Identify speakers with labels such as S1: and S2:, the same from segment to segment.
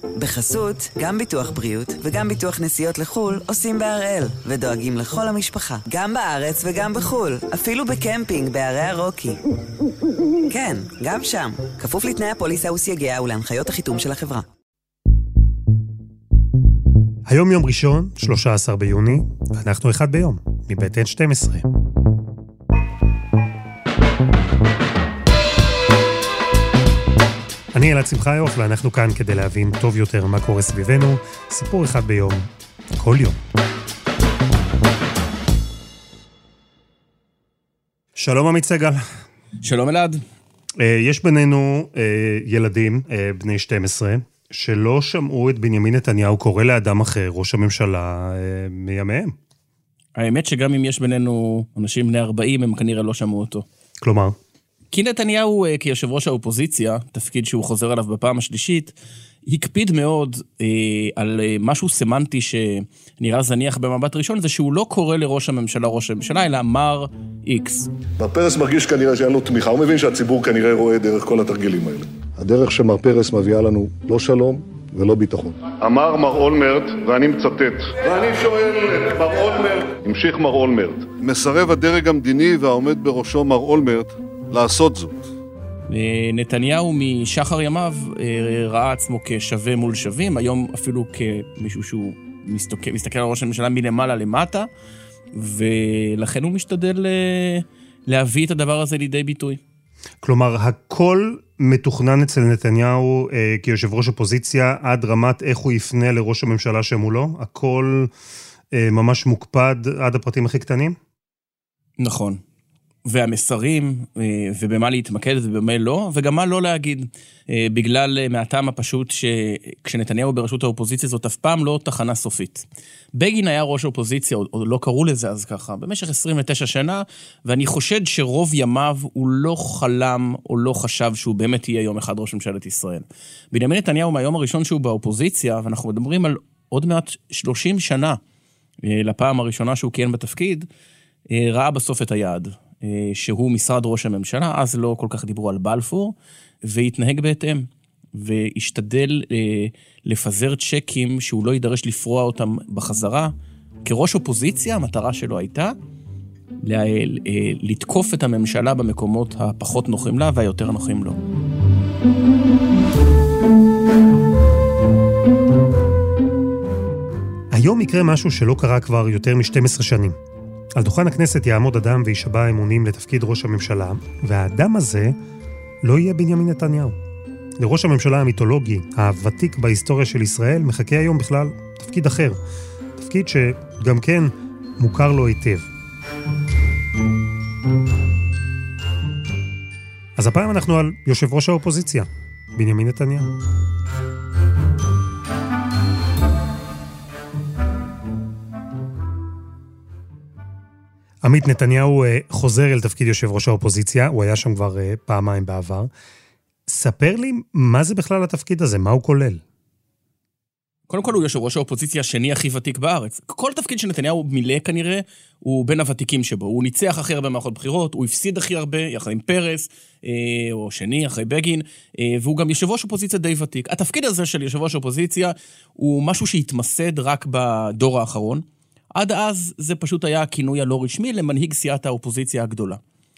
S1: בחסות, גם ביטוח בריאות וגם ביטוח נסיעות לחול עושים בהראל, ודואגים לכל המשפחה, גם בארץ וגם בחול, אפילו בקמפינג בערי הרוקי. כן, גם שם, כפוף לתנאי הפוליסה וסייגיה ולהנחיות החיתום של החברה.
S2: היום יום ראשון, 13 ביוני, ואנחנו אחד ביום, מבית N12. אני אלעד שמחיוף, ואנחנו כאן כדי להבין טוב יותר מה קורה סביבנו, סיפור אחד ביום, כל יום. שלום עמית סגל.
S3: שלום אלעד.
S2: יש בינינו ילדים בני 12, שלא שמעו את בנימין נתניהו קורא לאדם אחר, ראש הממשלה, מימיהם.
S3: האמת שגם אם יש בינינו אנשים בני 40, הם כנראה לא שמעו אותו.
S2: כלומר?
S3: כי נתניהו, כיושב ראש האופוזיציה, תפקיד שהוא חוזר עליו בפעם השלישית, הקפיד מאוד על משהו סמנטי שנראה זניח במבט ראשון, זה שהוא לא קורא לראש הממשלה ראש הממשלה, אלא מר איקס.
S4: מר פרס מרגיש כנראה שאין לו תמיכה, הוא מבין שהציבור כנראה רואה דרך כל התרגילים האלה. הדרך שמר פרס מביאה לנו לא שלום ולא ביטחון. אמר מר אולמרט, ואני מצטט, ואני שואל את מר אולמרט, המשיך מר אולמרט, מסרב הדרג המדיני והעומד בראשו מר אולמרט לעשות זאת.
S3: נתניהו משחר ימיו ראה עצמו כשווה מול שווים, היום אפילו כמישהו שהוא מסתכל על ראש הממשלה מלמעלה למטה, ולכן הוא משתדל להביא את הדבר הזה לידי ביטוי.
S2: כלומר, הכל מתוכנן אצל נתניהו כיושב ראש אופוזיציה, עד רמת איך הוא יפנה לראש הממשלה שמולו? הכל ממש מוקפד עד הפרטים הכי קטנים?
S3: נכון. והמסרים, ובמה להתמקד ובמה לא, וגם מה לא להגיד, בגלל מהטעם הפשוט שכשנתניהו בראשות האופוזיציה זאת אף פעם לא תחנה סופית. בגין היה ראש האופוזיציה, או לא קראו לזה אז ככה, במשך 29 שנה, ואני חושד שרוב ימיו הוא לא חלם או לא חשב שהוא באמת יהיה יום אחד ראש ממשלת ישראל. בנימין נתניהו מהיום הראשון שהוא באופוזיציה, ואנחנו מדברים על עוד מעט 30 שנה, לפעם הראשונה שהוא כיהן בתפקיד, ראה בסוף את היעד. שהוא משרד ראש הממשלה, אז לא כל כך דיברו על בלפור, והתנהג בהתאם, והשתדל לפזר צ'קים שהוא לא יידרש לפרוע אותם בחזרה. כראש אופוזיציה, המטרה שלו הייתה לתקוף את הממשלה במקומות הפחות נוחים לה והיותר נוחים לו.
S2: היום יקרה משהו שלא קרה כבר יותר מ-12 שנים. על דוכן הכנסת יעמוד אדם וישבע אמונים לתפקיד ראש הממשלה, והאדם הזה לא יהיה בנימין נתניהו. לראש הממשלה המיתולוגי, הוותיק בהיסטוריה של ישראל, מחכה היום בכלל תפקיד אחר. תפקיד שגם כן מוכר לו היטב. אז הפעם אנחנו על יושב ראש האופוזיציה, בנימין נתניהו. עמית, נתניהו חוזר אל תפקיד יושב ראש האופוזיציה, הוא היה שם כבר פעמיים בעבר. ספר לי מה זה בכלל התפקיד הזה, מה הוא כולל?
S3: קודם כל הוא יושב ראש האופוזיציה השני הכי ותיק בארץ. כל תפקיד שנתניהו מילא כנראה הוא בין הוותיקים שבו. הוא ניצח הכי הרבה מערכות בחירות, הוא הפסיד הכי הרבה, יחד עם פרס, או שני אחרי בגין, והוא גם יושב ראש אופוזיציה די ותיק. התפקיד הזה של יושב ראש אופוזיציה הוא משהו שהתמסד רק בדור האחרון. עד אז זה פשוט היה הכינוי הלא רשמי למנהיג סיעת האופוזיציה הגדולה.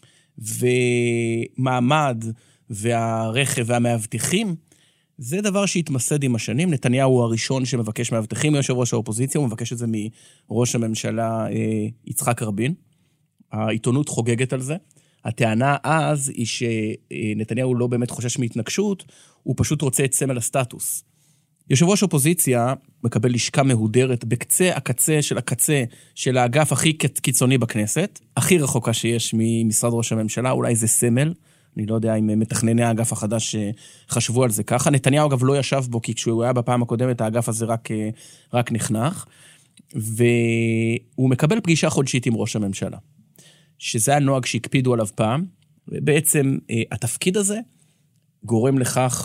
S3: ומעמד והרכב והמאבטחים, זה דבר שהתמסד עם השנים. נתניהו הוא הראשון שמבקש מאבטחים מיושב ראש האופוזיציה, הוא מבקש את זה מראש הממשלה יצחק רבין. העיתונות חוגגת על זה. הטענה אז היא שנתניהו לא באמת חושש מהתנגשות, הוא פשוט רוצה את סמל הסטטוס. יושב ראש אופוזיציה מקבל לשכה מהודרת בקצה הקצה של האגף הכי קיצוני בכנסת, הכי רחוקה שיש ממשרד ראש הממשלה, אולי זה סמל, אני לא יודע אם מתכנני האגף החדש חשבו על זה ככה. נתניהו אגב לא ישב בו, כי כשהוא היה בפעם הקודמת האגף הזה רק נחנך, והוא מקבל פגישה חודשית עם ראש הממשלה, שזה הנוהג שהקפידו עליו פעם, ובעצם התפקיד הזה גורם לכך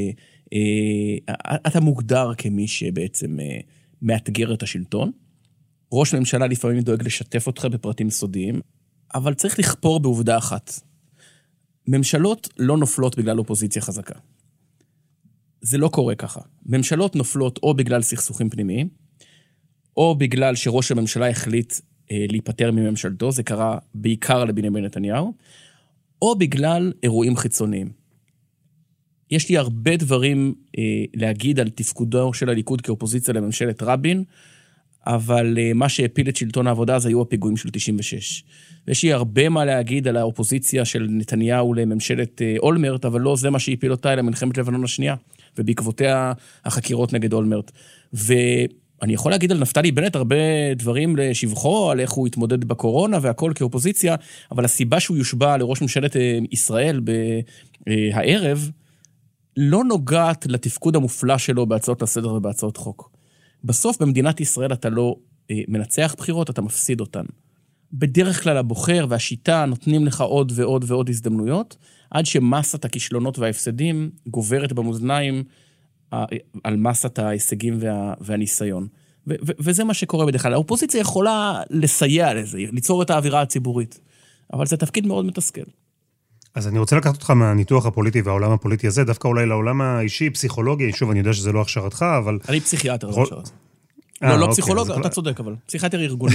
S3: אתה מוגדר כמי שבעצם מאתגר את השלטון. ראש ממשלה לפעמים דואג לשתף אותך בפרטים סודיים, אבל צריך לכפור בעובדה אחת. ממשלות לא נופלות בגלל אופוזיציה חזקה. זה לא קורה ככה. ממשלות נופלות או בגלל סכסוכים פנימיים, או בגלל שראש הממשלה החליט להיפטר מממשלתו, זה קרה בעיקר לבנימין נתניהו, או בגלל אירועים חיצוניים. יש לי הרבה דברים להגיד על תפקודו של הליכוד כאופוזיציה לממשלת רבין, אבל מה שהפיל את שלטון העבודה אז היו הפיגועים של 96. ויש לי הרבה מה להגיד על האופוזיציה של נתניהו לממשלת אולמרט, אבל לא זה מה שהפיל אותה אלא מלחמת לבנון השנייה, ובעקבותיה החקירות נגד אולמרט. ואני יכול להגיד על נפתלי בנט הרבה דברים לשבחו, על איך הוא התמודד בקורונה והכל כאופוזיציה, אבל הסיבה שהוא יושבע לראש ממשלת ישראל הערב, לא נוגעת לתפקוד המופלא שלו בהצעות לסדר ובהצעות חוק. בסוף במדינת ישראל אתה לא מנצח בחירות, אתה מפסיד אותן. בדרך כלל הבוחר והשיטה נותנים לך עוד ועוד ועוד הזדמנויות, עד שמסת הכישלונות וההפסדים גוברת במאזניים על מסת ההישגים והניסיון. וזה מה שקורה בדרך כלל. האופוזיציה יכולה לסייע לזה, ליצור את האווירה הציבורית, אבל זה תפקיד מאוד מתסכל.
S2: אז אני רוצה לקחת אותך מהניתוח הפוליטי והעולם הפוליטי הזה, דווקא אולי לעולם האישי, פסיכולוגי, שוב, אני יודע שזה לא הכשרתך, אבל...
S3: אני פסיכיאטר, לא הכשרת. לא פסיכולוג, אתה צודק, אבל פסיכיאטר ארגוני.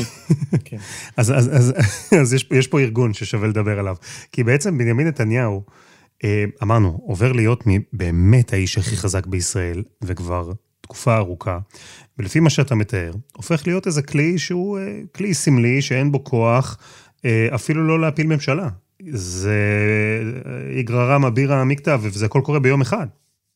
S2: אז יש פה ארגון ששווה לדבר עליו. כי בעצם בנימין נתניהו, אמרנו, עובר להיות באמת האיש הכי חזק בישראל, וכבר תקופה ארוכה, ולפי מה שאתה מתאר, הופך להיות איזה כלי שהוא כלי סמלי, שאין בו כוח, אפילו לא להפיל ממשלה. זה יגררם הבירה מקטע, וזה הכל קורה ביום אחד.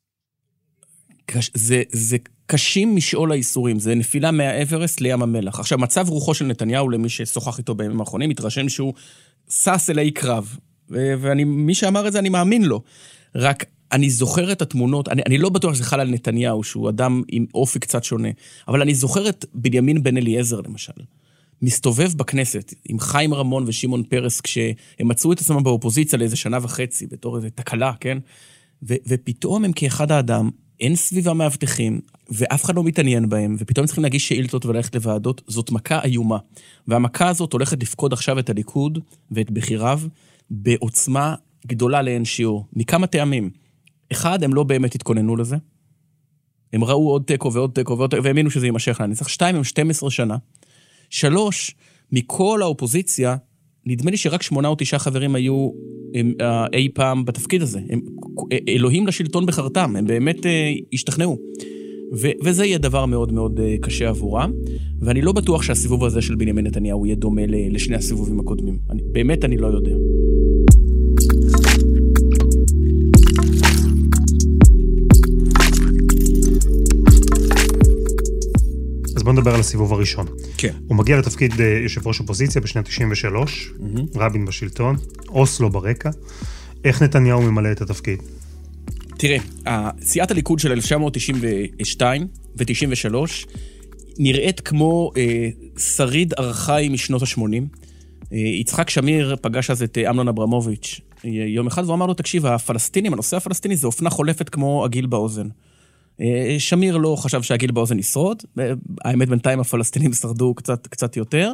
S3: זה קשים משאול האיסורים, זה נפילה מהאברסט לים המלח. עכשיו, מצב רוחו של נתניהו, למי ששוחח איתו בימים האחרונים, מתרשם שהוא סס אלי קרב, ומי שאמר את זה, אני מאמין לו. רק אני זוכר את התמונות, אני לא בטוח שזה חל על נתניהו, שהוא אדם עם אופי קצת שונה, אבל אני זוכר את בנימין בן אליעזר, למשל. מסתובב בכנסת עם חיים רמון ושימון פרס, כשהם מצאו את עצמם באופוזיציה לאיזה שנה וחצי, בתור איזו תקלה, כן? ופתאום הם כאחד האדם, אין סביבה מאבטחים, ואף אחד לא מתעניין בהם, ופתאום צריכים להגיש שאילתות וללכת לוועדות, זאת מכה איומה. והמכה הזאת הולכת לפקוד עכשיו את הליכוד ואת בחיריו, בעוצמה גדולה לאין שיעור. מכמה טעמים. אחד, הם לא באמת התכוננו לזה. הם ראו עוד טקו ועוד טקו, והאמינו שזה יימשך לנצח. 2, הם 12 שנה. 3, מכל האופוזיציה, נדמה לי שרק 8 או 9 חברים היו אי פעם בתפקיד הזה. הם אלוהים לשלטון בחרתם, הם באמת השתכנעו. וזה יהיה דבר מאוד מאוד קשה עבורם, ואני לא בטוח שהסיבוב הזה של בנימין נתניהו יהיה דומה לשני הסיבובים הקודמים. באמת אני לא יודע.
S2: אז בוא נדבר על הסיבוב הראשון.
S3: כן.
S2: הוא מגיע לתפקיד יושב ראש אופוזיציה בשנת 93, רבין בשלטון, אוסלו ברקע. איך נתניהו ממלא את התפקיד?
S3: תראה, סיעת הליכוד של 1992 ו-93 נראית כמו שריד ארכאי משנות ה-80. יצחק שמיר פגש אז את אמנון אברמוביץ' יום אחד, והוא אמר לו, תקשיב, הפלסטינים, הנושא הפלסטיני זה אופנה חולפת כמו עגיל באוזן. שמיר לא חשב שהגיל באוזן ישרוד, האמת בינתיים הפלסטינים שרדו קצת יותר,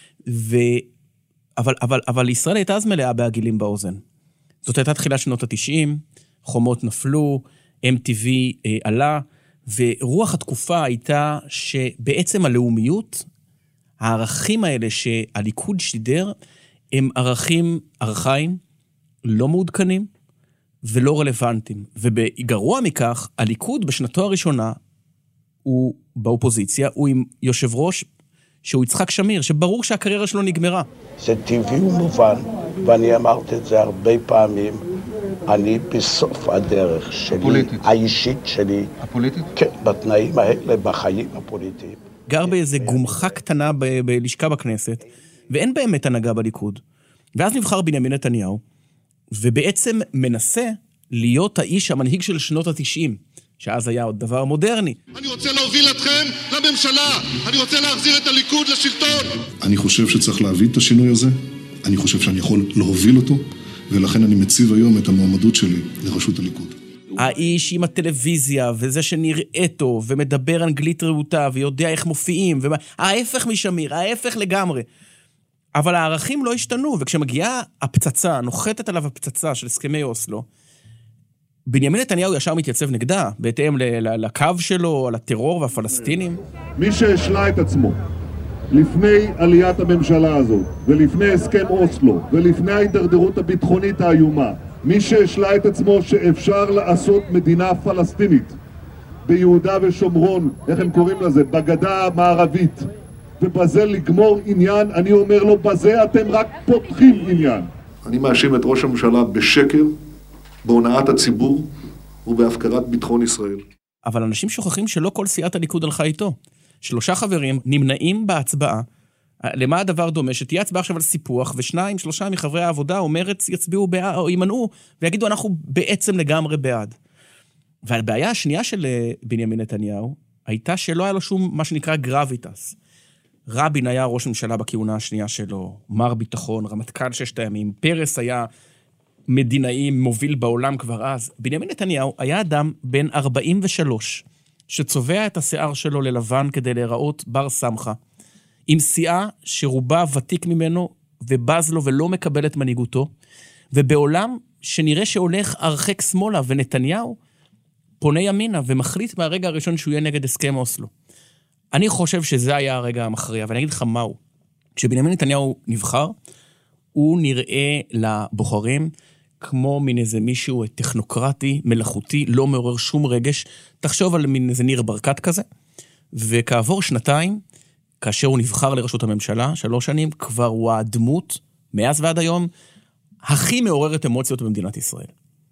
S3: אבל ישראל הייתה אז מלאה בעגילים באוזן. זאת הייתה תחילת שנות ה-90, חומות נפלו, MTV עלה, ורוח התקופה הייתה שבעצם הלאומיות, הערכים האלה שהליכוד שידר, הם ערכים ארכאיים, לא מעודכנים, ולא רלוונטיים. ובגרוע מכך, הליכוד בשנתו הראשונה, הוא באופוזיציה, הוא עם יושב ראש שהוא יצחק שמיר, שברור שהקריירה שלו נגמרה.
S5: זה טבעי ומובן, ואני אמרתי את זה הרבה פעמים, אני בסוף הדרך שלי, הפוליטית. האישית שלי.
S2: הפוליטית?
S5: כן, בתנאים האלה, בחיים הפוליטיים.
S3: גר באיזה גומחה קטנה בלשכה בכנסת, ואין באמת הנהגה בליכוד. ואז נבחר בנימין נתניהו, ובעצם מנסה להיות האיש המנהיג של שנות ה-90, שאז היה עוד דבר מודרני.
S4: אני רוצה להוביל אתכם לממשלה, אני רוצה להחזיר את הליכוד לשלטון. אני חושב שצריך להביא את השינוי הזה, אני חושב שאני יכול להוביל אותו, ולכן אני מציב היום את המועמדות שלי לראשות הליכוד.
S3: האיש עם הטלוויזיה, וזה שנראה טוב, ומדבר אנגלית רהוטה, ויודע איך מופיעים, ההפך משמיר, ההפך לגמרי. אבל הערכים לא השתנו, וכשמגיעה הפצצה, נוחתת עליו הפצצה של הסכמי אוסלו, בנימין נתניהו ישר מתייצב נגדה, בהתאם לקו שלו, על הטרור והפלסטינים.
S4: מי שהשלה את עצמו לפני עליית הממשלה הזאת, ולפני הסכם אוסלו, ולפני ההידרדרות הביטחונית האיומה, מי שהשלה את עצמו שאפשר לעשות מדינה פלסטינית ביהודה ושומרון, איך הם קוראים לזה? בגדה המערבית, ובזה לגמור עניין, אני אומר לו, בזה אתם רק פותחים עניין. אני מאשים את ראש הממשלה בשקר, בהונאת הציבור ובהפקרת ביטחון ישראל.
S3: אבל אנשים שוכחים שלא כל סיעת הליכוד הלכה איתו. 3 חברים נמנעים בהצבעה. למה הדבר דומה? שתהיה הצבעה עכשיו על סיפוח, 2-3 מחברי העבודה או מרץ יצביעו או יימנעו, ויגידו אנחנו בעצם לגמרי בעד. והבעיה השנייה של בנימין נתניהו, הייתה שלא היה לו שום מה שנקרא גרביטס. רבין היה ראש ממשלה בכהונה השנייה שלו, מר ביטחון, רמטכ"ל 6 הימים, פרס היה מדינאי מוביל בעולם כבר אז. בנימין נתניהו היה אדם בן 43, שצובע את השיער שלו ללבן כדי להיראות בר סמכה, עם סיעה שרובה ותיק ממנו ובז לו ולא מקבל את מנהיגותו, ובעולם שנראה שהולך הרחק שמאלה, ונתניהו פונה ימינה ומחליט מהרגע הראשון שהוא יהיה נגד הסכם אוסלו. אני חושב שזה היה הרגע המכריע, ואני אגיד לך מהו. כשבנימין נתניהו נבחר, הוא נראה לבוחרים כמו מין איזה מישהו טכנוקרטי, מלאכותי, לא מעורר שום רגש. תחשוב על מין איזה ניר ברקת כזה. וכעבור 2, כאשר הוא נבחר לראשות הממשלה, 3 שנים, כבר הוא הדמות, מאז ועד היום, הכי מעוררת אמוציות במדינת ישראל.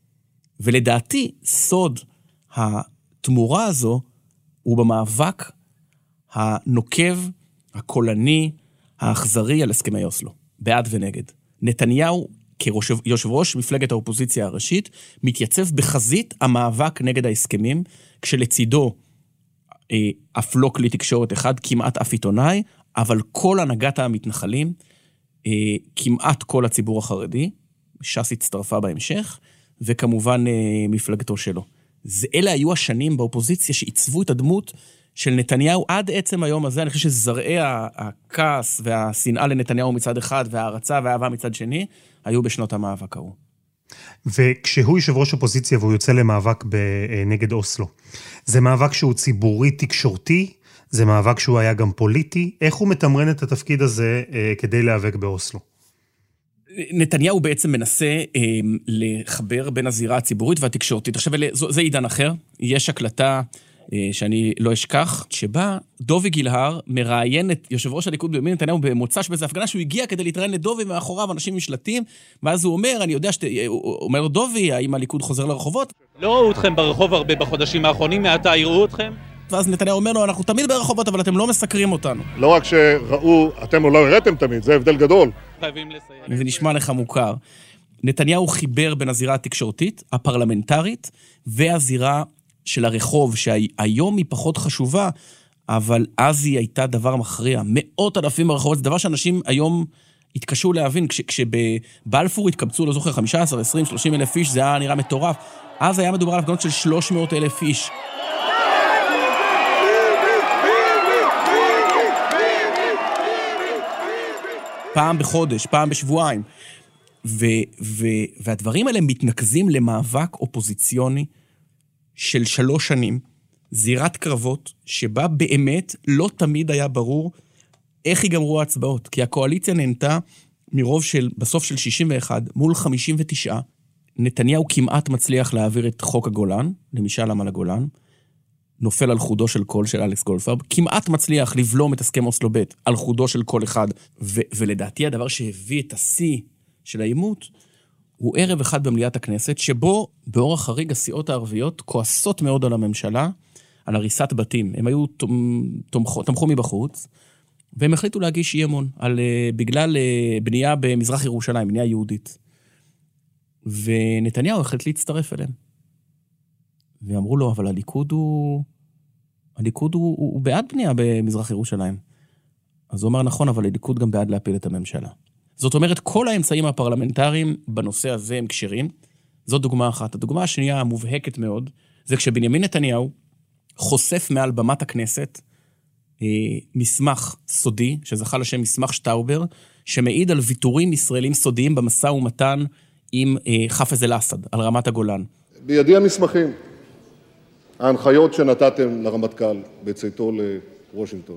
S3: ולדעתי, סוד התמורה הזו, הוא במאבק הנוקב, הקולני, האכזרי על הסכמי אוסלו, בעד ונגד. נתניהו, כיושב ראש מפלגת האופוזיציה הראשית, מתייצב בחזית המאבק נגד ההסכמים, כשלצידו אף לא כלי תקשורת אחד, כמעט אף עיתונאי, אבל כל הנהגת המתנחלים, כמעט כל הציבור החרדי, ש"ס הצטרפה בהמשך, וכמובן מפלגתו שלו. אלה היו השנים באופוזיציה שעיצבו את הדמות של נתניהו עד עצם היום הזה. אני חושב שזרעי הכעס והשנאה לנתניהו מצד אחד, וההרצה והאהבה מצד שני, היו בשנות המאבק ההוא.
S2: וכשהוא יושב ראש אופוזיציה והוא יוצא למאבק נגד אוסלו, זה מאבק שהוא ציבורי תקשורתי, זה מאבק שהוא היה גם פוליטי, איך הוא מתמרן את התפקיד הזה כדי להיאבק באוסלו?
S3: נתניהו בעצם מנסה לחבר בין הזירה הציבורית והתקשורתית. עכשיו, זה עידן אחר. יש הקלטה שאני לא אשכח, שבה דובי גילהר מראיין את יושב ראש הליכוד בנימין נתניהו במוצ"ש באיזו הפגנה, שהוא הגיע כדי להתראיין לדובי, מאחוריו אנשים משלטים, ואז הוא אומר, אני יודע אומר לו דובי, האם הליכוד חוזר לרחובות?
S6: לא ראו אתכם ברחוב הרבה בחודשים האחרונים, מעתה יראו אתכם?
S3: ואז נתניהו אומר לו, אנחנו תמיד ברחובות, אבל אתם לא מסקרים אותנו.
S4: לא רק שראו, אתם לא הראיתם תמיד, זה הבדל גדול.
S6: חייבים לסיים.
S3: זה נשמע לך מוכר. נתניהו חיבר בין הזירה התקשורתית, הפרלמנטרית, והזירה של הרחוב, שהיום היא פחות חשובה, אבל אז היא הייתה דבר מכריע. 100,000 ברחובות, זה דבר שאנשים היום התקשו להבין. כשבבלפור התקבצו, לא זוכר, 15, 20, 30 אלף איש, זה היה נראה מטורף. אז היה מדובר על הפגנות של 300,000 איש. פעם בחודש, פעם בשבועיים. והדברים האלה מתנקזים למאבק אופוזיציוני של 3 שנים, זירת קרבות, שבה באמת לא תמיד היה ברור איך ייגמרו ההצבעות. כי הקואליציה נהנתה מרוב בסוף של 61 מול 59, נתניהו כמעט מצליח להעביר את חוק הגולן, למשאל עם על הגולן, נופל על חודו של קול של אלכס גולדפרב, כמעט מצליח לבלום את הסכם אוסלו ב' על חודו של קול אחד, ולדעתי הדבר שהביא את השיא של העימות, הוא ערב אחד במליאת הכנסת, שבו באורח חריג הסיעות הערביות כועסות מאוד על הממשלה, על הריסת בתים. הם היו תמכו מבחוץ, והם החליטו להגיש אי אמון, בגלל בנייה במזרח ירושלים, בנייה יהודית. ונתניהו החליט להצטרף אליהם. ואמרו לו, אבל הליכוד הוא בעד בנייה במזרח ירושלים. אז הוא אמר, נכון, אבל הליכוד גם בעד להפיל את הממשלה. זאת אומרת, כל האמצעים הפרלמנטריים בנושא הזה הם קשרים. זאת דוגמה אחת. הדוגמה השנייה המובהקת מאוד, זה כשבנימין נתניהו חושף מעל במת הכנסת מסמך סודי, שזכה לשם מסמך שטאובר, שמעיד על ויתורים ישראלים סודיים במשא ומתן עם חאפז אל-אסד, על רמת הגולן.
S4: בידי המסמכים, ההנחיות שנתתם לרמטכ"ל בצאתו לוושינגטון.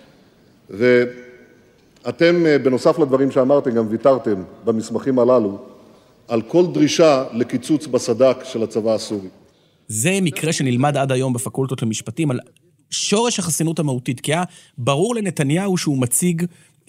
S4: ואתם, בנוסף לדברים שאמרתם, גם ויתרתם במסמכים הללו על כל דרישה לקיצוץ בסד"כ של הצבא הסורי.
S3: זה מקרה שנלמד עד היום בפקולטות למשפטים על שורש החסינות המהותית, כי היה ברור לנתניהו שהוא מציג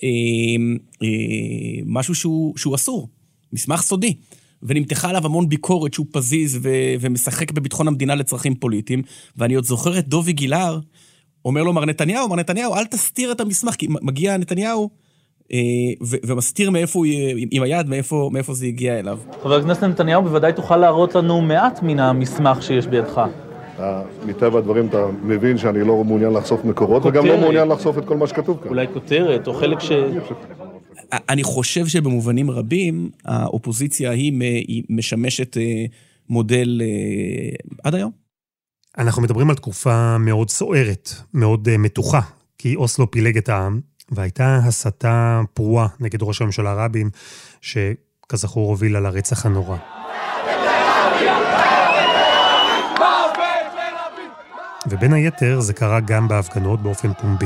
S3: משהו שהוא אסור, מסמך סודי, ונמתחה עליו המון ביקורת שהוא פזיז ומשחק בביטחון המדינה לצרכים פוליטיים, ואני עוד זוכר את דובי גילהר, אומר לו, מר נתניהו, אל תסתיר את המסמך, כי מגיע נתניהו, ומסתיר מאיפה, עם היד, מאיפה זה הגיע אליו.
S6: חבר הכנסת נתניהו, בוודאי תוכל להראות לנו מעט מן המסמך שיש בידך.
S4: מטבע הדברים אתה מבין שאני לא מעוניין לחשוף מקורות, וגם לא מעוניין לחשוף את כל מה שכתוב כאן.
S6: אולי כותרת, או חלק
S3: אני חושב שבמובנים רבים, האופוזיציה היא משמשת מודל עד היום.
S2: אנחנו מדברים על תקופה מאוד סוערת, מאוד מתוחה, כי אוסלו פילג את העם, והייתה הסתה פרועה נגד ראש הממשלה רבין, שכזכור הוביל על הרצח הנורא. ובין היתר זה קרה גם בהפגנות באופן פומבי.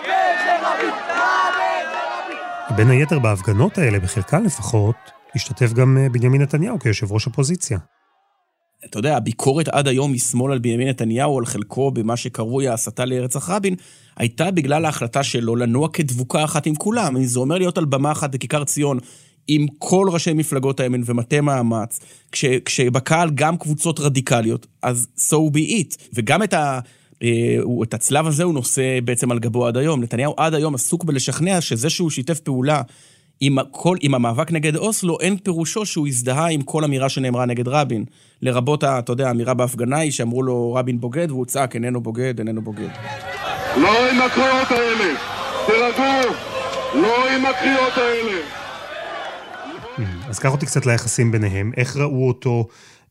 S2: בין היתר בהפגנות האלה, בחלקן לפחות, השתתף גם בנימין נתניהו כיושב ראש אופוזיציה.
S3: אתה יודע, הביקורת עד היום משמאל על בנימין נתניהו, על חלקו במה שקרוי ההסתה לרצח רבין, הייתה בגלל ההחלטה שלו לנוע כדבוקה אחת עם כולם. זה אומר להיות על במה אחת בכיכר ציון, עם כל ראשי מפלגות הימין ומטה מאמץ, כשבקהל גם קבוצות רדיקליות, אז so be it. וגם את הצלב הזה הוא נושא בעצם על גבו עד היום. נתניהו עד היום עסוק בלשכנע שזה שהוא שיתף פעולה עם המאבק נגד אוסלו, אין פירושו שהוא הזדהה עם כל אמירה שנאמרה נגד רבין. לרבות, אתה יודע, האמירה בהפגנה היא שאמרו לו רבין בוגד, והוא צעק, איננו בוגד.
S4: לא עם הקריאות האלה, תרגעו, לא עם הקריאות האלה.
S2: אז קח אותי קצת ליחסים ביניהם, איך ראו אותו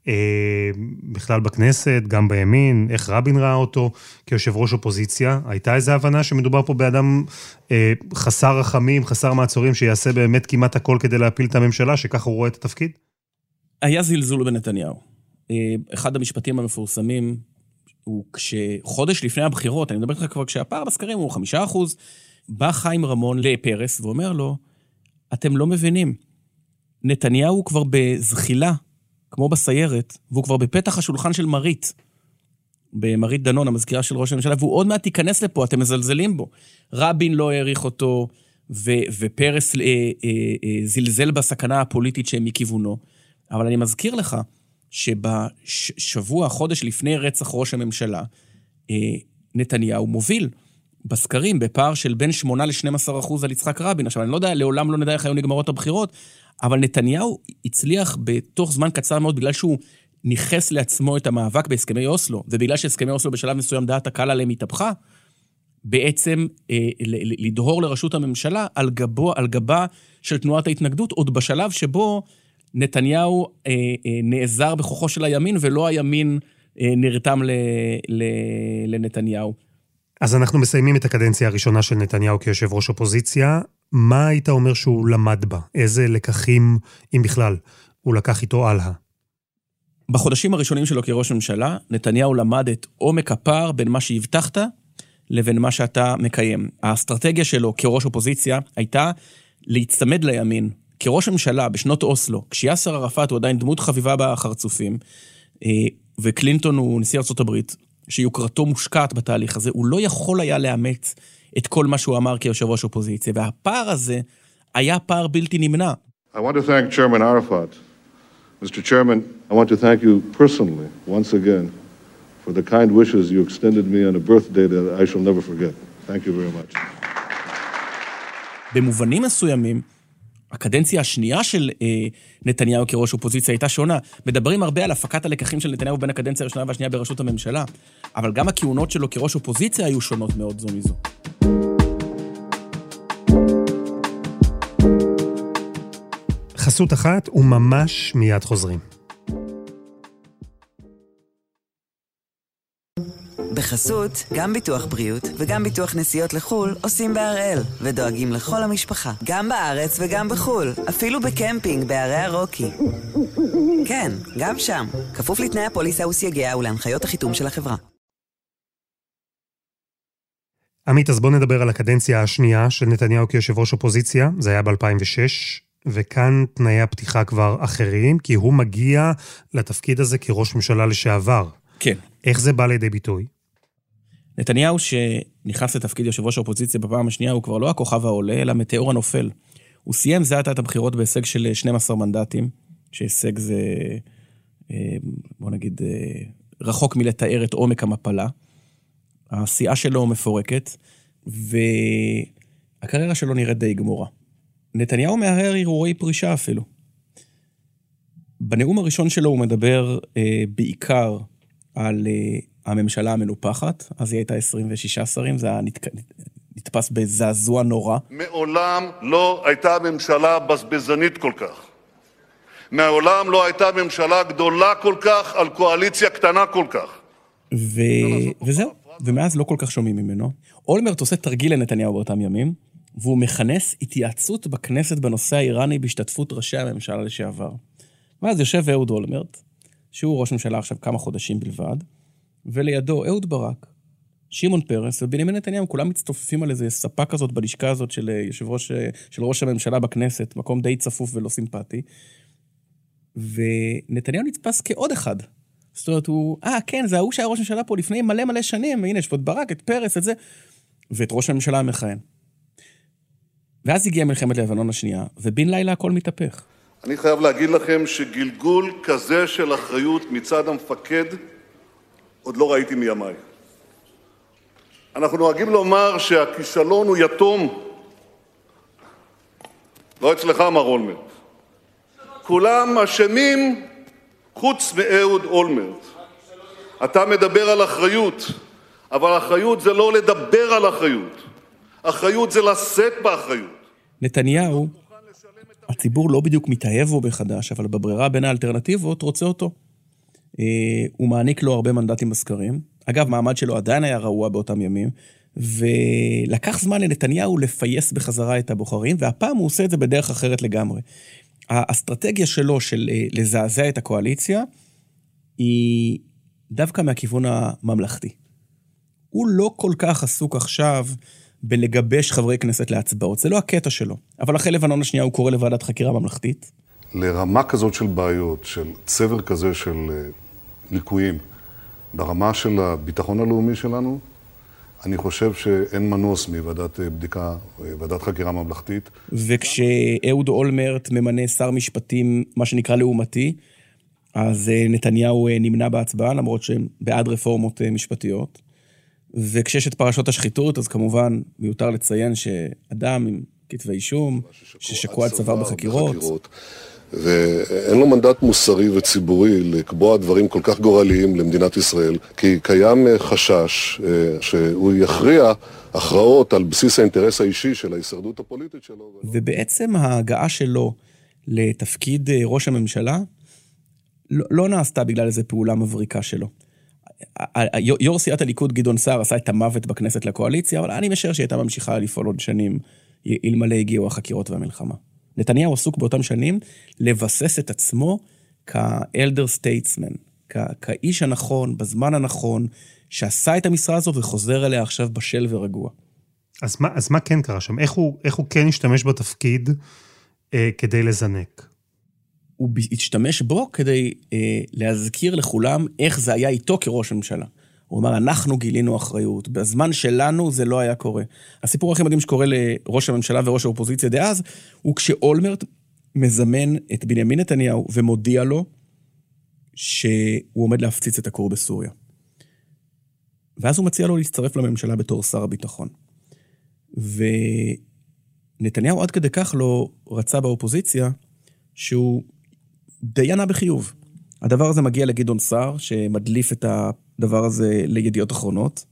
S2: בכלל בכנסת, גם בימין, איך רבין ראה אותו כיושב ראש אופוזיציה, הייתה איזו הבנה שמדובר פה באדם חסר רחמים, חסר מעצורים, שיעשה באמת כמעט הכל כדי להפיל את הממשלה, שככה הוא רואה את התפקיד?
S3: היה זלזול בנתניהו. אחד המשפטים המפורסמים הוא כשחודש לפני הבחירות, אני מדבר איתך כבר כשהפער בסקרים הוא 5%, בא חיים רמון לפרס ואומר לו, אתם לא מבינים, נתניהו כבר בזחילה, כמו בסיירת, והוא כבר בפתח השולחן של מרית, במרית דנון, המזכירה של ראש הממשלה, והוא עוד מעט ייכנס לפה, אתם מזלזלים בו. רבין לא העריך אותו, ופרס זלזל בסכנה הפוליטית שהם מכיוונו. אבל אני מזכיר לך, שבשבוע, חודש לפני רצח ראש הממשלה, נתניהו מוביל בסקרים, בפער של בין 8 ל-12% על יצחק רבין. עכשיו, אני לא יודע, לעולם לא נדע איך היו נגמרות הבחירות, אבל נתניהו הצליח בתוך זמן קצר מאוד, בגלל שהוא ניחס לעצמו את המאבק בהסכמי אוסלו, ובגלל שהסכמי אוסלו בשלב מסוים דעת הקהל עליהם התהפכה, בעצם לדהור לראשות הממשלה על גבה של תנועת ההתנגדות, עוד בשלב שבו נתניהו נעזר בכוחו של הימין, ולא הימין נרתם לנתניהו.
S2: אז אנחנו מסיימים את הקדנציה הראשונה של נתניהו כיושב ראש אופוזיציה. מה היית אומר שהוא למד בה? איזה לקחים, אם בכלל, הוא לקח איתו הלאה?
S3: בחודשים הראשונים שלו כראש ממשלה, נתניהו למד את עומק הפער בין מה שהבטחת לבין מה שאתה מקיים. האסטרטגיה שלו כראש אופוזיציה הייתה להצטמד לימין. כראש ממשלה בשנות אוסלו, כשיאסר ערפאת הוא עדיין דמות חביבה בחרצופים, וקלינטון הוא נשיא ארצות הברית, שיוקרתו מושקעת בתהליך הזה, הוא לא יכול היה לאמץ את כל מה שהוא אמר כיושב ראש אופוזיציה, והפער הזה היה פער בלתי נמנע.
S4: I want to thank Chairman Arafat. Mr. Chairman, I want to thank you personally, once again, for the kind wishes you extended me on a birthday that I shall never forget. Thank you very much.
S3: במובנים מסוימים, הקדנציה השנייה של נתניהו כראש אופוזיציה הייתה שונה. מדברים הרבה על הפקת הלקחים של נתניהו בין הקדנציה הראשונה והשנייה בראשות הממשלה, אבל גם הכהונות שלו כראש אופוזיציה היו שונות מאוד זו מזו.
S2: חסות אחת וממש מיד חוזרים.
S1: בחסות, גם ביטוח בריאות וגם ביטוח נסיעות לחול עושים בהראל, ודואגים לכל המשפחה, גם בארץ וגם בחול, אפילו בקמפינג בערי הרוקי. כן, גם שם, כפוף לתנאי הפוליסה וסייגיה ולהנחיות החיתום של החברה.
S2: עמית, אז בוא נדבר על הקדנציה השנייה של נתניהו כיושב ראש אופוזיציה, זה היה ב-2006, וכאן תנאי הפתיחה כבר אחרים, כי הוא מגיע לתפקיד הזה כראש ממשלה לשעבר.
S3: כן.
S2: איך זה בא לידי ביטוי?
S3: נתניהו שנכנס לתפקיד יושב ראש האופוזיציה בפעם השנייה, הוא כבר לא הכוכב העולה, אלא מטאור הנופל. הוא סיים זה עתה את הבחירות בהישג של 12 מנדטים, שהישג זה, בוא נגיד, רחוק מלתאר את עומק המפלה. הסיעה שלו מפורקת, והקריירה שלו נראית די גמורה. נתניהו מהרהר הרהורי פרישה אפילו. בנאום הראשון שלו הוא מדבר בעיקר על הממשלה המנופחת, אז היא הייתה 26 שרים, זה נתפס בזעזוע נורא.
S4: מעולם לא הייתה ממשלה בזבזנית כל כך. מעולם לא הייתה ממשלה גדולה כל כך על קואליציה קטנה כל כך.
S3: וזהו, ומאז לא כל כך שומעים ממנו. אולמרט עושה תרגיל לנתניהו באותם ימים, והוא מכנס התייעצות בכנסת בנושא האיראני בהשתתפות ראשי הממשלה לשעבר. ואז יושב אהוד אולמרט, שהוא ראש ממשלה עכשיו כמה חודשים בלבד, ולידו אהוד ברק, שמעון פרס ובנימין נתניהו, כולם מצטופפים על איזה ספה כזאת בלשכה הזאת של ראש הממשלה בכנסת, מקום די צפוף ולא סימפטי, ונתניהו נתפס כעוד אחד. זאת אומרת, הוא, כן, זה ההוא שהיה ראש ממשלה פה לפני מלא שנים, הנה, יש פה את ברק, את פרס, את זה, ואת ראש הממשלה המכהן. ואז הגיעה מלחמת לבנון השנייה, ובין לילה הכל מתהפך.
S4: אני חייב להגיד לכם שגלגול כזה של אחריות מצד המפקד, עוד לא ראיתי מימיי. אנחנו נוהגים לומר שהכישלון הוא יתום. לא אצלך, מר אולמרט. כולם אשמים חוץ מאהוד אולמרט. אתה מדבר על אחריות, אבל אחריות זה לא לדבר על אחריות. אחריות זה לשאת באחריות.
S3: נתניהו, הציבור לא בדיוק מתאהב בו בחדש, אבל בברירה בין האלטרנטיבות רוצה אותו. הוא מעניק לו הרבה מנדטים בסקרים. אגב, מעמד שלו עדיין היה רעוע באותם ימים, ולקח זמן לנתניהו לפייס בחזרה את הבוחרים, והפעם הוא עושה את זה בדרך אחרת לגמרי. האסטרטגיה שלו של לזעזע את הקואליציה, היא דווקא מהכיוון הממלכתי. הוא לא כל כך עסוק עכשיו בלגבש חברי כנסת להצבעות. זה לא הקטע שלו. אבל אחרי לבנון השנייה הוא קורא לוועדת חקירה ממלכתית.
S4: לרמה כזאת של בעיות, של צבר כזה של ליקויים, ברמה של הביטחון הלאומי שלנו, אני חושב שאין מנוס מוועדת בדיקה, ועדת חקירה ממלכתית.
S3: וכשאהוד אולמרט ממנה שר משפטים, מה שנקרא לעומתי, אז נתניהו נמנע בהצבעה, למרות שהם בעד רפורמות משפטיות. וכשיש את פרשות השחיתות, אז כמובן מיותר לציין שאדם עם כתבי אישום, ששקוע עד צוואר בחקירות.
S4: ואין לו מנדט מוסרי וציבורי לקבוע דברים כל כך גורליים למדינת ישראל, כי קיים חשש שהוא יכריע הכרעות על בסיס האינטרס האישי של ההישרדות הפוליטית שלו.
S3: ובעצם ההגעה שלו לתפקיד ראש הממשלה לא נעשתה בגלל איזו פעולה מבריקה שלו. יו"ר סיעת הליכוד גדעון סער עשה את המוות בכנסת לקואליציה, אבל אני משער שהיא הייתה ממשיכה לפעול עוד שנים, אלמלא הגיעו החקירות והמלחמה. נתניהו עסוק באותם שנים לבסס את עצמו כאלדר סטייטסמן, כאיש הנכון, בזמן הנכון, שעשה את המשרה הזו וחוזר אליה עכשיו בשל ורגוע.
S2: אז מה כן קרה שם? איך הוא כן השתמש בתפקיד כדי לזנק?
S3: הוא השתמש בו כדי להזכיר לכולם איך זה היה איתו כראש הממשלה. הוא אמר, אנחנו גילינו אחריות, בזמן שלנו זה לא היה קורה. הסיפור הכי מדהים שקורה לראש הממשלה וראש האופוזיציה דאז, הוא כשאולמרט מזמן את בנימין נתניהו ומודיע לו שהוא עומד להפציץ את הכור בסוריה. ואז הוא מציע לו להצטרף לממשלה בתור שר הביטחון. ונתניהו עד כדי כך לא רצה באופוזיציה, שהוא דיינה בחיוב. הדבר הזה מגיע לגדעון סער, שמדליף את הדבר הזה לידיעות אחרונות,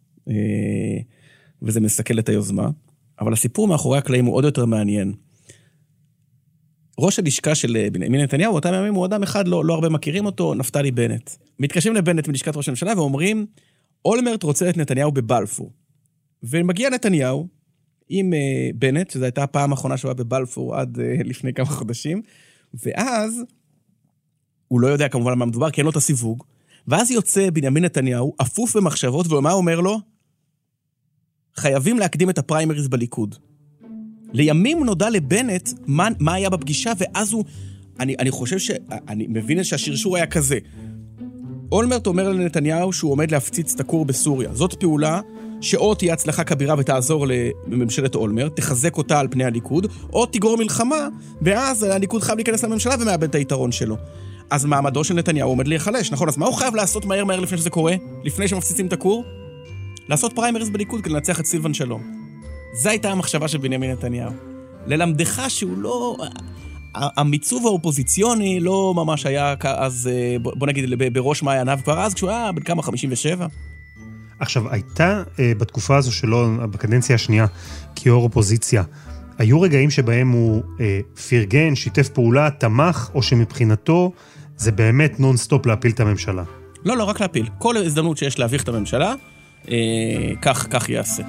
S3: וזה מסכל את היוזמה. אבל הסיפור מאחורי הקלעים הוא עוד יותר מעניין. ראש הלשכה של בנימין נתניהו, אותם ימים הוא אדם אחד, לא הרבה מכירים אותו, נפתלי בנט. מתקשרים לבנט מלשכת ראש הממשלה ואומרים, אולמרט רוצה את נתניהו בבלפור, ומגיע נתניהו עם בנט, שזו הייתה הפעם האחרונה שהוא היה בבלפור עד לפני כמה חודשים, ואז הוא לא יודע כמובן מה מדובר, כי אין לו את הסיווג, ואז יוצא בנימין נתניהו, אפוף במחשבות, ומה אומר לו? חייבים להקדים את הפריימריז בליכוד. לימים נודע לבנט מה היה בפגישה, ואז הוא, אני חושב אני מבין שהשרשור היה כזה. אולמרט אומר לנתניהו שהוא עומד להפציץ את הכור בסוריה. זאת פעולה שאו תהיה הצלחה כבירה ותעזור לממשלת אולמרט, תחזק אותה על פני הליכוד, או תגרור מלחמה, ואז הליכוד חייב להיכנס לממשלה ומאבד את היתרון שלו. אז מעמדו של נתניהו עומד להיחלש, נכון? אז מה הוא חייב לעשות מהר לפני שזה קורה? לפני שמפציצים את הכור? לעשות פריימריז בליכוד כדי לנצח את סילבן שלום. זו הייתה המחשבה של בנימין נתניהו. ללמדך שהוא לא... המיצוב האופוזיציוני לא ממש היה אז, בוא נגיד, בראש מעייניו כבר אז, כשהוא היה בן כמה 57.
S2: עכשיו, הייתה בתקופה הזו שלו, בקדנציה השנייה, כיו"ר אופוזיציה, היו רגעים שבהם הוא פרגן, שיתף פעולה, תמך, או שמבחינתו זה באמת נון-סטופ להפיל את הממשלה?
S3: לא, רק להפיל. כל הזדמנות שיש להביך את הממשלה, כך יעשה.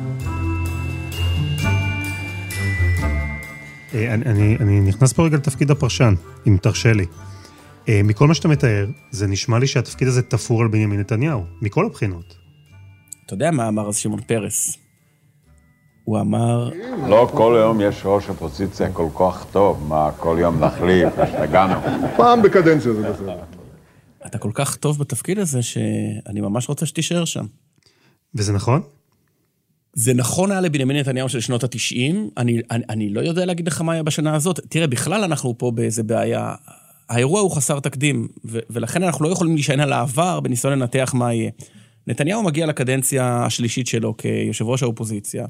S2: אני נכנס פה רגע לתפקיד הפרשן, אם תרשה לי. מכל מה שאתה מתאר, זה נשמע לי שהתפקיד הזה תפור על בנימין נתניהו, מכל הבחינות. אתה
S3: יודע מה אמר אז שמעון פרס? הוא אמר...
S7: לא כל יום יש ראש אופוזיציה כל כך טוב, מה כל יום נחליף, השתגענו.
S4: פעם בקדנציה זה בסדר.
S3: אתה כל כך טוב בתפקיד הזה שאני ממש רוצה שתישאר שם.
S2: וזה נכון?
S3: זה נכון היה לבנימין נתניהו של שנות ה-90, אני לא יודע להגיד לך מה היה בשנה הזאת. תראה, בכלל אנחנו פה באיזה בעיה. האירוע הוא חסר תקדים, ולכן אנחנו לא יכולים להישען על העבר בניסיון לנתח מה יהיה. נתניהו מגיע לקדנציה השלישית שלו כיושב ראש האופוזיציה,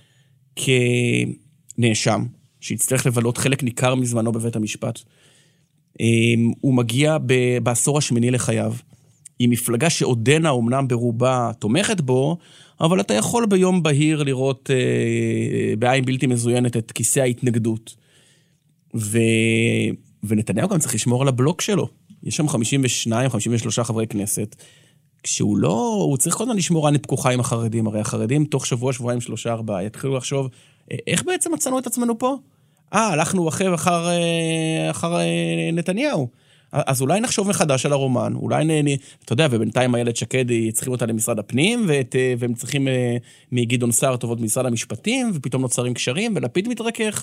S3: כנאשם, שהצטרך לבלות חלק ניכר מזמנו בבית המשפט. הוא מגיע בעשור השמיני לחייו, עם מפלגה שעודנה אומנם ברובה תומכת בו, אבל אתה יכול ביום בהיר לראות בעין בלתי מזוינת את כיסא ההתנגדות. ונתניהו גם צריך לשמור על הבלוק שלו. יש שם 52, 53 חברי כנסת, כשהוא לא, הוא צריך קודם לשמור עין פקוחה עם החרדים, הרי החרדים תוך שבוע, שבועיים, 3, 4, יתחילו לחשוב, איך בעצם מצאנו את עצמנו פה? הלכנו אחר נתניהו. אז אולי נחשוב מחדש על הרומן, אולי אתה יודע, ובינתיים הילד שקד צריכים אותה למשרד הפנים, והם צריכים מגדעון סער טובות במשרד המשפטים, ופתאום נוצרים קשרים, ולפיד מתרכך.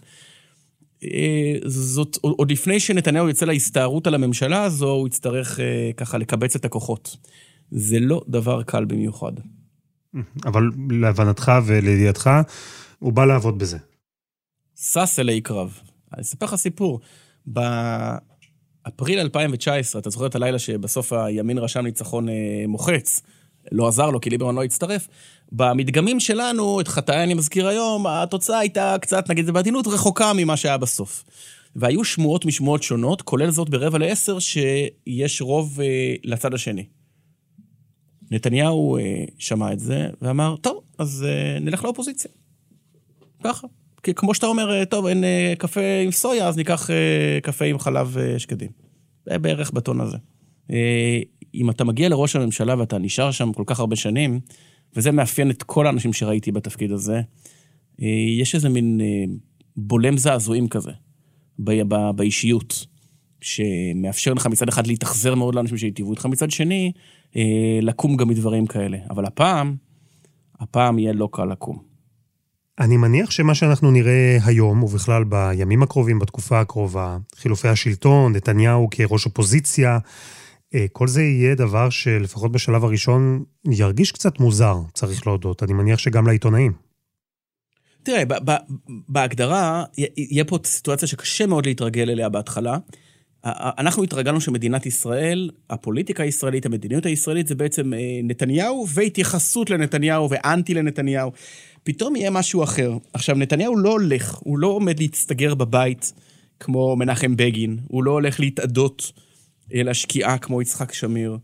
S3: זאת, עוד לפני שנתניהו יצא להסתערות על הממשלה הזו, הוא יצטרך ככה לקבץ את הכוחות. זה לא דבר קל במיוחד.
S2: אבל להבנתך ולידיעתך, הוא בא לעבוד בזה.
S3: סס אלי קרב. אני אספר לך סיפור. באפריל 2019, אתה זוכר את הלילה שבסוף הימין רשם ניצחון מוחץ, לא עזר לו כי ליברמן לא הצטרף, במדגמים שלנו, את חטאי אני מזכיר היום, התוצאה הייתה קצת, נגיד זה בעדינות, רחוקה ממה שהיה בסוף. והיו שמועות משמועות שונות, כולל זאת ב9:45, שיש רוב לצד השני. נתניהו שמע את זה ואמר, טוב, אז נלך לאופוזיציה. ככה. כי כמו שאתה אומר, טוב, אין קפה עם סויה, אז ניקח קפה עם חלב שקדים. זה בערך בטון הזה. אם אתה מגיע לראש הממשלה ואתה נשאר שם כל כך הרבה שנים, וזה מאפיין את כל האנשים שראיתי בתפקיד הזה, יש איזה מין בולם זעזועים כזה, באישיות, שמאפשר לך מצד אחד להתאכזר מאוד לאנשים שהיטיבו איתך, מצד שני, לקום גם מדברים כאלה. אבל הפעם יהיה לא קל לקום.
S2: אני מניח שמה שאנחנו נראה היום, ובכלל בימים הקרובים, בתקופה הקרובה, חילופי השלטון, נתניהו כראש אופוזיציה, כל זה יהיה דבר שלפחות בשלב הראשון ירגיש קצת מוזר, צריך להודות. אני מניח שגם לעיתונאים.
S3: תראה, בהגדרה, יהיה פה סיטואציה שקשה מאוד להתרגל אליה בהתחלה. אנחנו התרגלנו שמדינת ישראל, הפוליטיקה הישראלית, המדיניות הישראלית, זה בעצם נתניהו והתייחסות לנתניהו ואנטי לנתניהו. פתאום יהיה משהו אחר. עכשיו, נתניהו לא הולך, הוא לא עומד להצטגר בבית כמו מנחם בגין, הוא לא הולך להתעדות לשקיעה כמו יצחק שמיר,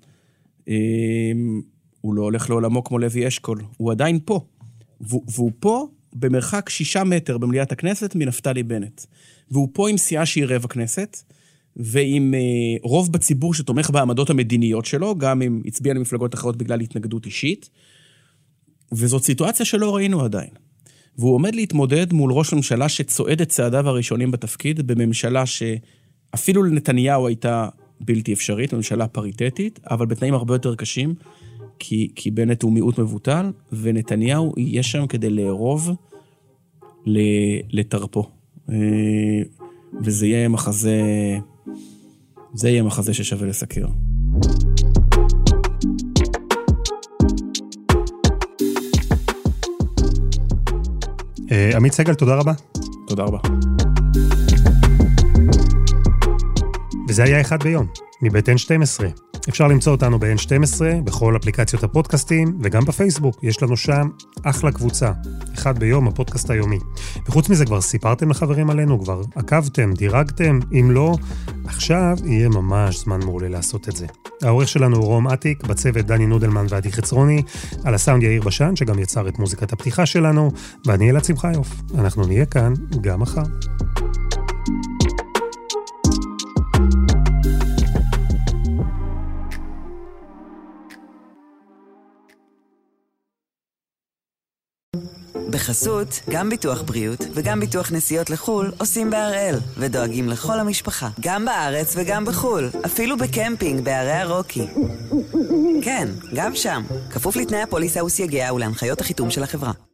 S3: הוא לא הולך לעולמו כמו לוי אשכול, הוא עדיין פה. והוא פה במרחק 6 מטר במליאת הכנסת מנפתלי בנט. והוא פה עם סיעה שהיא רבע כנסת, ועם רוב בציבור שתומך בעמדות המדיניות שלו, גם אם הצביע למפלגות אחרות בגלל התנגדות אישית, וזאת סיטואציה שלא ראינו עדיין. והוא עומד להתמודד מול ראש ממשלה שצועד את צעדיו הראשונים בתפקיד, בממשלה שאפילו לנתניהו הייתה בלתי אפשרית, ממשלה פריטטית, אבל בתנאים הרבה יותר קשים, כי בנט הוא מיעוט מבוטל, ונתניהו יהיה שם כדי לערוב לתרפו. וזה יהיה מחזה ששווה לסקר.
S2: עמית סגל, תודה רבה.
S3: תודה רבה.
S2: וזה היה אחד ביום, מבית N12. אפשר למצוא אותנו ב-N12, בכל אפליקציות הפודקאסטים, וגם בפייסבוק. יש לנו שם אחלה קבוצה. אחד ביום, הפודקאסט היומי. וחוץ מזה, כבר סיפרתם לחברים עלינו, כבר עקבתם, דירגתם, אם לא, עכשיו יהיה ממש זמן מעולה לעשות את זה. העורך שלנו הוא רום עתיק, בצוות דני נודלמן ועדי חצרוני, על הסאונד יאיר בשן, שגם יצר את מוזיקת הפתיחה שלנו, ואני אלעד שמחיוף. אנחנו נהיה כאן גם מחר.
S1: בחסות, גם ביטוח בריאות וגם ביטוח נסיעות לחול עושים בהראל, ודואגים לכל המשפחה, גם בארץ וגם בחול, אפילו בקמפינג בערי הרוקי. כן, גם שם, כפוף לתנאי הפוליסה וסייגיה ולהנחיות החיתום של החברה.